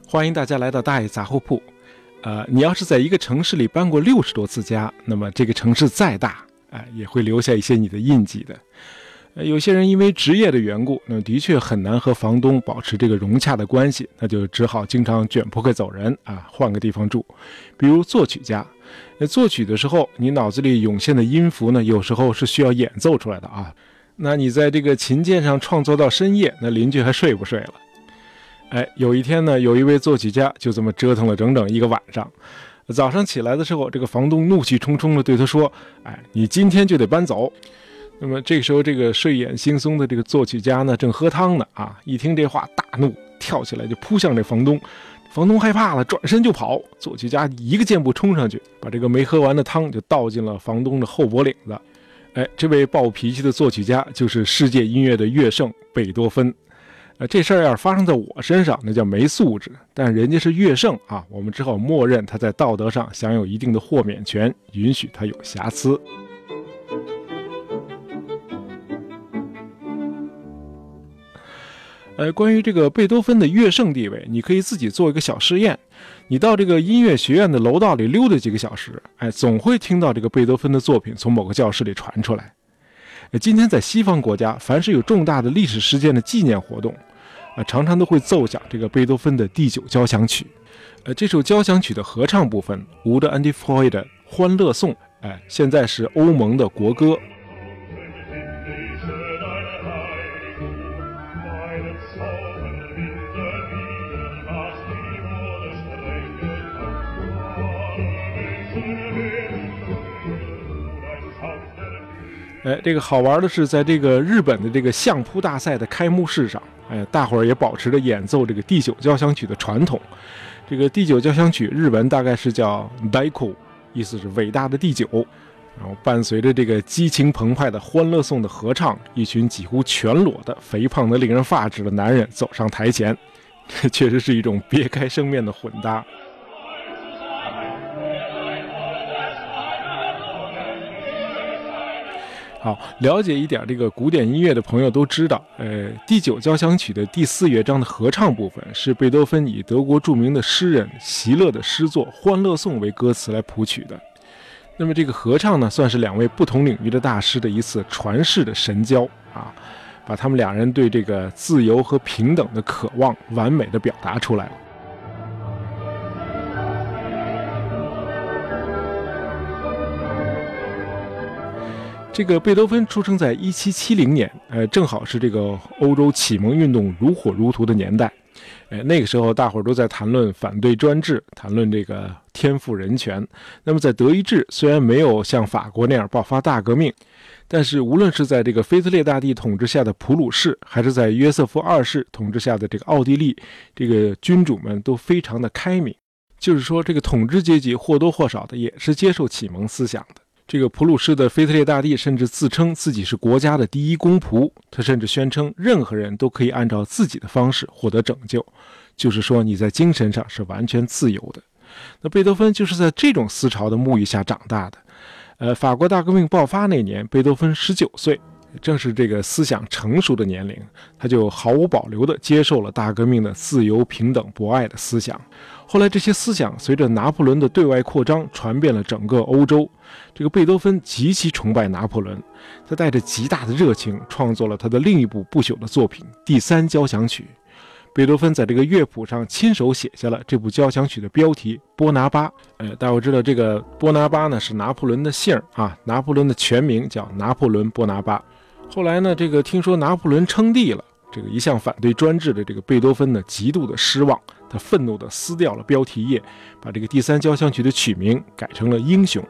欢迎大家来到大爷杂货铺。你要是在一个城市里搬过60多次家，那么这个城市再大，也会留下一些你的印记的。有些人因为职业的缘故，那的确很难和房东保持这个融洽的关系，那就只好经常卷铺盖走人换个地方住。比如作曲家，作曲的时候，你脑子里涌现的音符呢，有时候是需要演奏出来的啊。那你在这个琴键上创作到深夜，那邻居还睡不睡了？有一天呢，有一位作曲家就这么折腾了整整1个晚上。早上起来的时候，这个房东怒气冲冲地对他说：“你今天就得搬走。”那么这个时候，这个睡眼惺忪的这个作曲家呢，正喝汤呢一听这话大怒，跳起来就扑向这房东。房东害怕了，转身就跑。作曲家一个箭步冲上去，把这个没喝完的汤就倒进了房东的后脖领子。这位暴脾气的作曲家就是世界音乐的乐圣贝多芬。这事儿要是发生在我身上，那叫没素质。但人家是乐圣我们只好默认他在道德上享有一定的豁免权，允许他有瑕疵。关于这个贝多芬的乐圣地位，你可以自己做一个小试验。你到这个音乐学院的楼道里溜达几个小时，总会听到这个贝多芬的作品从某个教室里传出来。今天在西方国家，凡是有重大的历史事件的纪念活动，常常都会奏响这个贝多芬的第9交响曲。这首交响曲的合唱部分，Would and Freude的欢乐颂，现在是欧盟的国歌。这个好玩的是，在这个日本的这个相扑大赛的开幕式上，大伙儿也保持着演奏这个第9交响曲的传统。这个第9交响曲日文大概是叫 Daiko， 意思是伟大的第9。然后伴随着这个激情澎湃的欢乐颂的合唱，一群几乎全裸的肥胖的令人发指的男人走上台前，这确实是一种别开生面的混搭。好，了解一点这个古典音乐的朋友都知道，第9交响曲的第4乐章的合唱部分是贝多芬以德国著名的诗人席勒的诗作《欢乐颂》为歌词来谱曲的。那么这个合唱呢，算是2位不同领域的大师的一次传世的神交把他们2人对这个自由和平等的渴望完美的表达出来了。这个贝多芬出生在1770年，正好是这个欧洲启蒙运动如火如荼的年代。那个时候大伙儿都在谈论反对专制，谈论这个天赋人权。那么在德意志虽然没有像法国那样爆发大革命，但是无论是在这个腓特烈大帝统治下的普鲁士，还是在约瑟夫2世统治下的这个奥地利，这个君主们都非常的开明。就是说这个统治阶级或多或少的也是接受启蒙思想的。这个普鲁士的腓特烈大帝甚至自称自己是国家的第一公仆，他甚至宣称任何人都可以按照自己的方式获得拯救，就是说你在精神上是完全自由的。那贝多芬就是在这种思潮的沐浴下长大的。法国大革命爆发那年，贝多芬19岁，正是这个思想成熟的年龄，他就毫无保留地接受了大革命的自由、平等、博爱的思想。后来这些思想随着拿破仑的对外扩张传遍了整个欧洲。这个贝多芬极其崇拜拿破仑，他带着极大的热情创作了他的另一部不朽的作品第3交响曲。贝多芬在这个乐谱上亲手写下了这部交响曲的标题波拿巴。大家知道这个波拿巴呢是拿破仑的姓拿破仑的全名叫拿破仑波拿巴。后来呢，这个听说拿破仑称帝了，这个一向反对专制的这个贝多芬呢极度的失望，他愤怒地撕掉了标题页，把这个第3交响曲的曲名改成了英雄。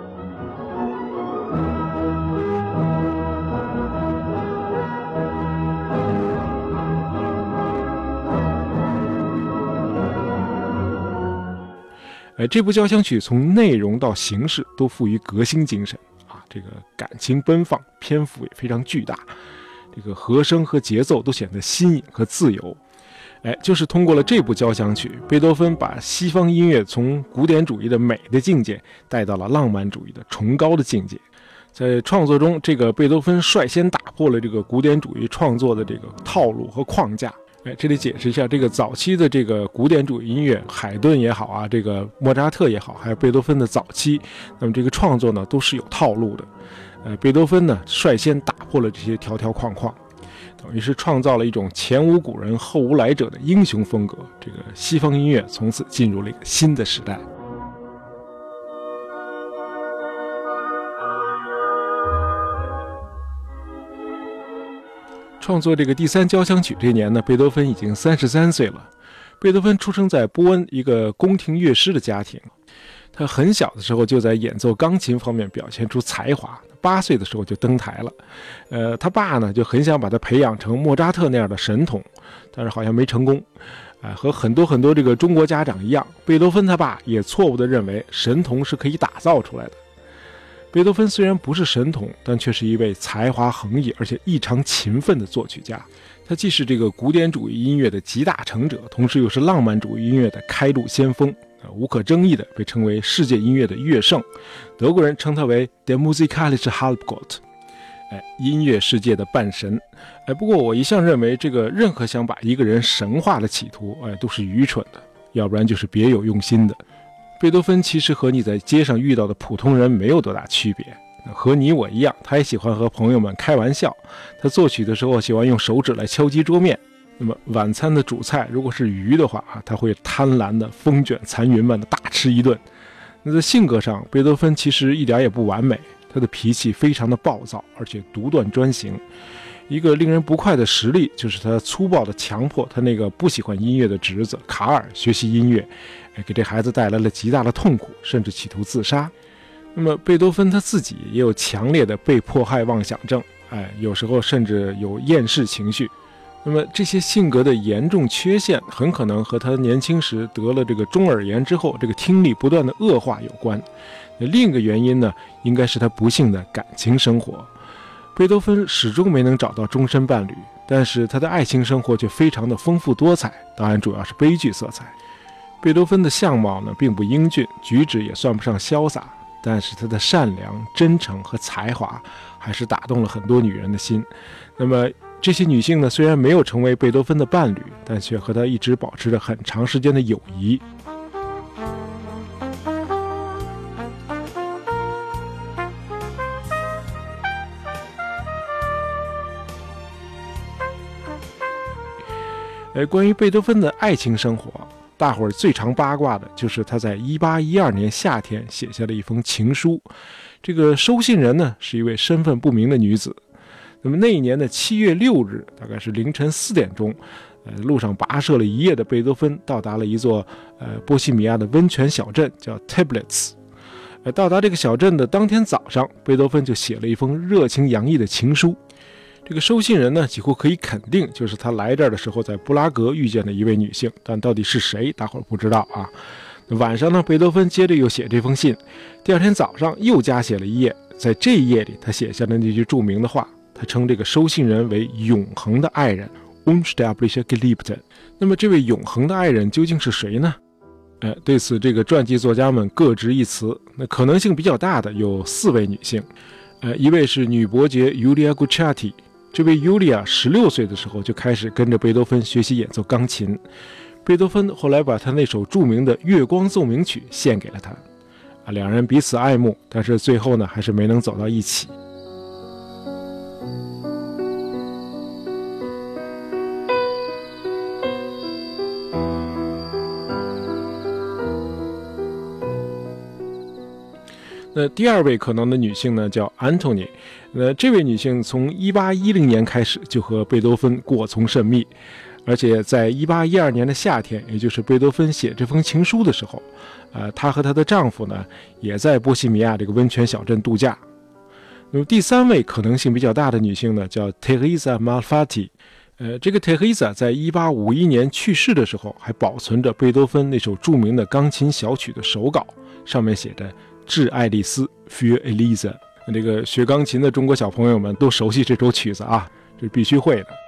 这部交响曲从内容到形式都富于革新精神这个感情奔放，篇幅也非常巨大，这个和声和节奏都显得新颖和自由。就是通过了这部交响曲，贝多芬把西方音乐从古典主义的美的境界带到了浪漫主义的崇高的境界。在创作中，这个贝多芬率先打破了这个古典主义创作的这个套路和框架。 这里解释一下，这个早期的这个古典主义音乐，海顿也好啊，这个莫扎特也好，还有贝多芬的早期，那么这个创作呢都是有套路的。贝多芬呢率先打破了这些条条框框，等于是创造了一种前无古人后无来者的英雄风格。这个西方音乐从此进入了一个新的时代。创作这个第三交响曲这年呢，贝多芬已经33岁了。贝多芬出生在波恩一个宫廷乐师的家庭，他很小的时候就在演奏钢琴方面表现出才华，8岁的时候就登台了。他爸呢就很想把他培养成莫扎特那样的神童，但是好像没成功。和很多这个中国家长一样，贝多芬他爸也错误地认为神童是可以打造出来的。贝多芬虽然不是神童，但却是一位才华横溢而且异常勤奋的作曲家。他既是这个古典主义音乐的集大成者，同时又是浪漫主义音乐的开路先锋，无可争议的被称为世界音乐的乐圣。德国人称他为 Der musikalische Halbgott， 音乐世界的半神。不过我一向认为，这个任何想把一个人神化的企图，都是愚蠢的，要不然就是别有用心的。贝多芬其实和你在街上遇到的普通人没有多大区别，和你我一样，他也喜欢和朋友们开玩笑。他作曲的时候喜欢用手指来敲击桌面。那么晚餐的主菜如果是鱼的话，他会贪婪的风卷残云般的大吃一顿。那在性格上，贝多芬其实一点也不完美，他的脾气非常的暴躁，而且独断专行。一个令人不快的实例就是他粗暴地强迫他那个不喜欢音乐的侄子卡尔学习音乐，给这孩子带来了极大的痛苦，甚至企图自杀。那么贝多芬他自己也有强烈的被迫害妄想症，有时候甚至有厌世情绪。那么这些性格的严重缺陷很可能和他年轻时得了这个中耳炎之后，这个听力不断的恶化有关。另一个原因呢，应该是他不幸的感情生活。贝多芬始终没能找到终身伴侣，但是他的爱情生活却非常的丰富多彩，当然主要是悲剧色彩。贝多芬的相貌呢并不英俊，举止也算不上潇洒，但是他的善良、真诚和才华还是打动了很多女人的心。那么这些女性呢，虽然没有成为贝多芬的伴侣，但却和他一直保持着很长时间的友谊。关于贝多芬的爱情生活，大伙儿最常八卦的就是他在1812年夏天写下了一封情书。这个收信人呢是一位身份不明的女子。那么那一年的7月6日，大概是凌晨4点钟，路上跋涉了一夜的贝多芬到达了一座波西米亚的温泉小镇，叫 Teplitz。到达这个小镇的当天早上，贝多芬就写了一封热情洋溢的情书。这个收信人呢，几乎可以肯定就是他来这儿的时候在布拉格遇见的一位女性，但到底是谁，大伙儿不知道啊。晚上呢，贝多芬接着又写这封信，第二天早上又加写了一页，在这一页里，他写下了那句著名的话，他称这个收信人为永恒的爱人 Unsterbliche Geliebte。 那么这位永恒的爱人究竟是谁呢？对此这个传记作家们各执一词。那可能性比较大的有4位女性，一位是女伯爵 Julia Gucciati。这位 Julia 16岁的时候就开始跟着贝多芬学习演奏钢琴，贝多芬后来把他那首著名的《月光奏鸣曲》献给了他。两人彼此爱慕，但是最后呢还是没能走到一起。那第2位可能的女性呢，叫 Antony。这位女性从1810年开始就和贝多芬过从甚密，而且在1812年的夏天，也就是贝多芬写这封情书的时候，她和她的丈夫呢，也在波西米亚这个温泉小镇度假。那么第3位可能性比较大的女性呢，叫 Teresa Malfatti。这个 Teresa 在1851年去世的时候，还保存着贝多芬那首著名的钢琴小曲的手稿，上面写着致爱丽丝 für Elisa。 这个学钢琴的中国小朋友们都熟悉这首曲子啊，这是必须会的。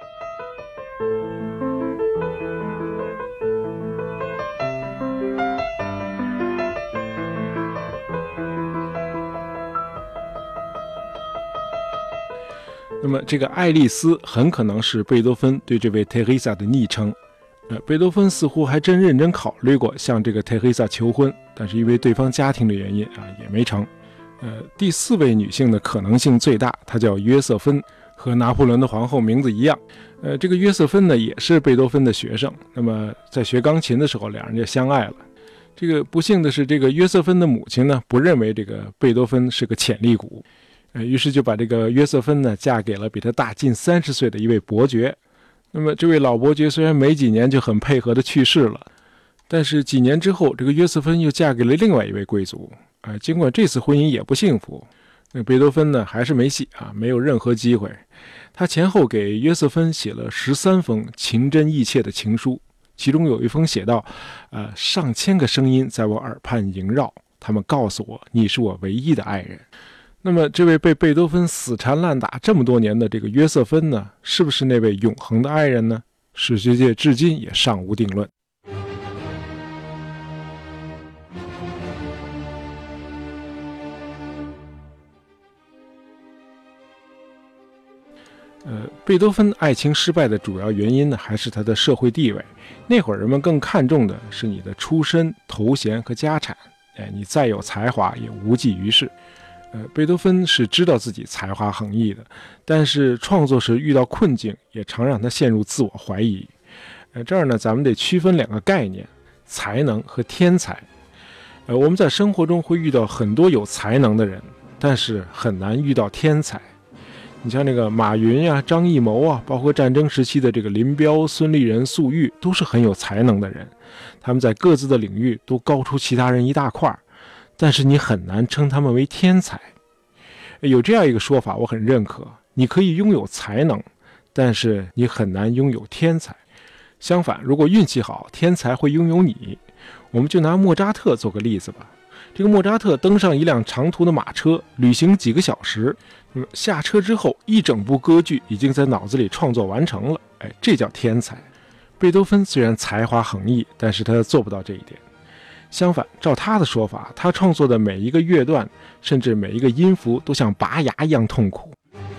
那么这个爱丽丝很可能是贝多芬对这位 Teresa 的昵称。贝多芬似乎还真认真考虑过向这个 Teresa 求婚，但是因为对方家庭的原因也没成。第4位女性的可能性最大，她叫约瑟芬，和拿破仑的皇后名字一样。这个约瑟芬呢也是贝多芬的学生，那么在学钢琴的时候两人就相爱了。这个不幸的是，这个约瑟芬的母亲呢不认为这个贝多芬是个潜力股，于是就把这个约瑟芬呢嫁给了比他大近30岁的一位伯爵。那么这位老伯爵虽然没几年就很配合的去世了，但是几年之后，这个约瑟芬又嫁给了另外一位贵族。尽管这次婚姻也不幸福，那贝多芬呢还是没戏没有任何机会。他前后给约瑟芬写了13封情真意切的情书，其中有一封写道：上千个声音在我耳畔萦绕，他们告诉我你是我唯一的爱人。那么这位被贝多芬死缠烂打这么多年的这个约瑟芬呢，是不是那位永恒的爱人呢？史学界至今也尚无定论。贝多芬爱情失败的主要原因呢，还是他的社会地位。那会儿人们更看重的是你的出身、头衔和家产，你再有才华也无济于事。贝多芬是知道自己才华横溢的，但是创作时遇到困境，也常让他陷入自我怀疑。这儿呢，咱们得区分2个概念：才能和天才。我们在生活中会遇到很多有才能的人，但是很难遇到天才。你像那个马云张艺谋包括战争时期的这个林彪、孙立人、粟裕，都是很有才能的人，他们在各自的领域都高出其他人一大块，但是你很难称他们为天才。有这样一个说法我很认可，你可以拥有才能，但是你很难拥有天才。相反，如果运气好，天才会拥有你。我们就拿莫扎特做个例子吧。这个莫扎特登上一辆长途的马车，旅行几个小时，下车之后一整部歌剧已经在脑子里创作完成了，这叫天才。贝多芬虽然才华横溢，但是他做不到这一点。相反，照他的说法，他创作的每一个乐段，甚至每一个音符都像拔牙一样痛苦。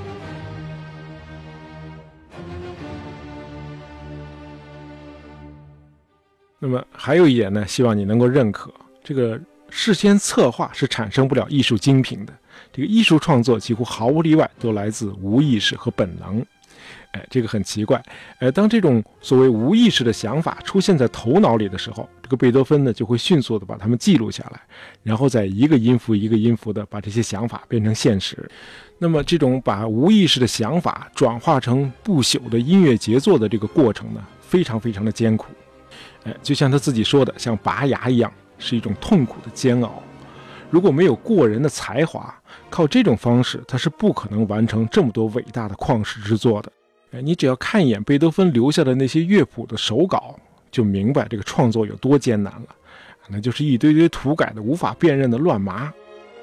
那么还有一点呢，希望你能够认可，这个事先策划是产生不了艺术精品的。这个艺术创作几乎毫无例外都来自无意识和本能。这个很奇怪。当这种所谓无意识的想法出现在头脑里的时候，这个贝多芬呢就会迅速的把它们记录下来，然后再一个音符一个音符的把这些想法变成现实。那么这种把无意识的想法转化成不朽的音乐杰作的这个过程呢，非常非常的艰苦。就像他自己说的，像拔牙一样，是一种痛苦的煎熬。如果没有过人的才华，靠这种方式他是不可能完成这么多伟大的旷世之作的。你只要看一眼贝多芬留下的那些乐谱的手稿，就明白这个创作有多艰难了。那就是一堆堆涂改的无法辨认的乱麻。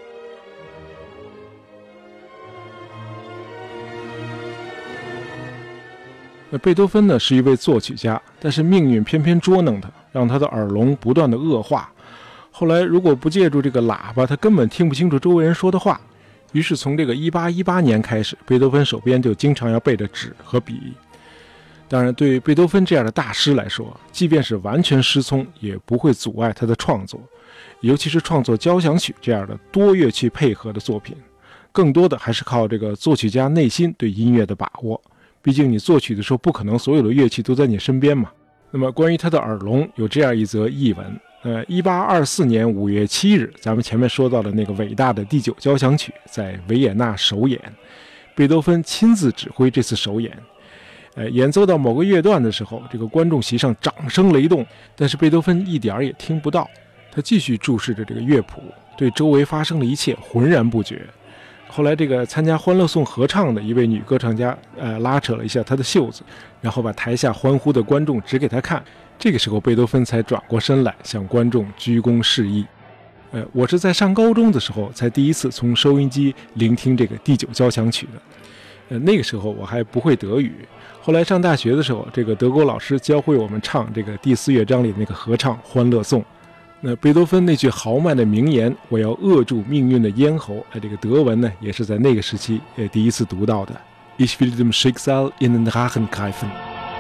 贝多芬呢是一位作曲家，但是命运偏偏捉弄他，让他的耳聋不断的恶化。后来如果不借助这个喇叭，他根本听不清楚周围人说的话。于是从这个1818年开始，贝多芬手边就经常要备着纸和笔。当然，对贝多芬这样的大师来说，即便是完全失聪，也不会阻碍他的创作，尤其是创作交响曲这样的多乐器配合的作品，更多的还是靠这个作曲家内心对音乐的把握。毕竟你作曲的时候不可能所有的乐器都在你身边嘛。那么关于他的耳聋有这样一则译文，1824年5月7日，咱们前面说到的那个伟大的第9交响曲在维也纳首演，贝多芬亲自指挥这次首演。演奏到某个乐段的时候，这个观众席上掌声雷动，但是贝多芬一点也听不到，他继续注视着这个乐谱，对周围发生的一切浑然不觉。后来这个参加欢乐颂合唱的一位女歌唱家拉扯了一下她的袖子，然后把台下欢呼的观众指给她看。这个时候贝多芬才转过身来向观众鞠躬示意。我是在上高中的时候才第一次从收音机聆听这个第9交响曲的。那个时候我还不会德语，后来上大学的时候，这个德国老师教会我们唱这个第4乐章里的那个合唱《欢乐颂》。那贝多芬那句豪迈的名言“我要扼住命运的咽喉”，这个德文呢也是在那个时期第一次读到的。 Ich will dem Schicksal in den Rachen greifen。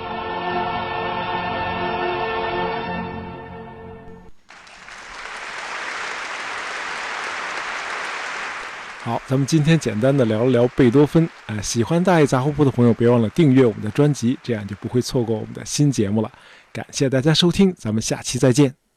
好，咱们今天简单的聊了聊贝多芬。喜欢大爷杂货铺的朋友，别忘了订阅我们的专辑，这样就不会错过我们的新节目了。感谢大家收听，咱们下期再见。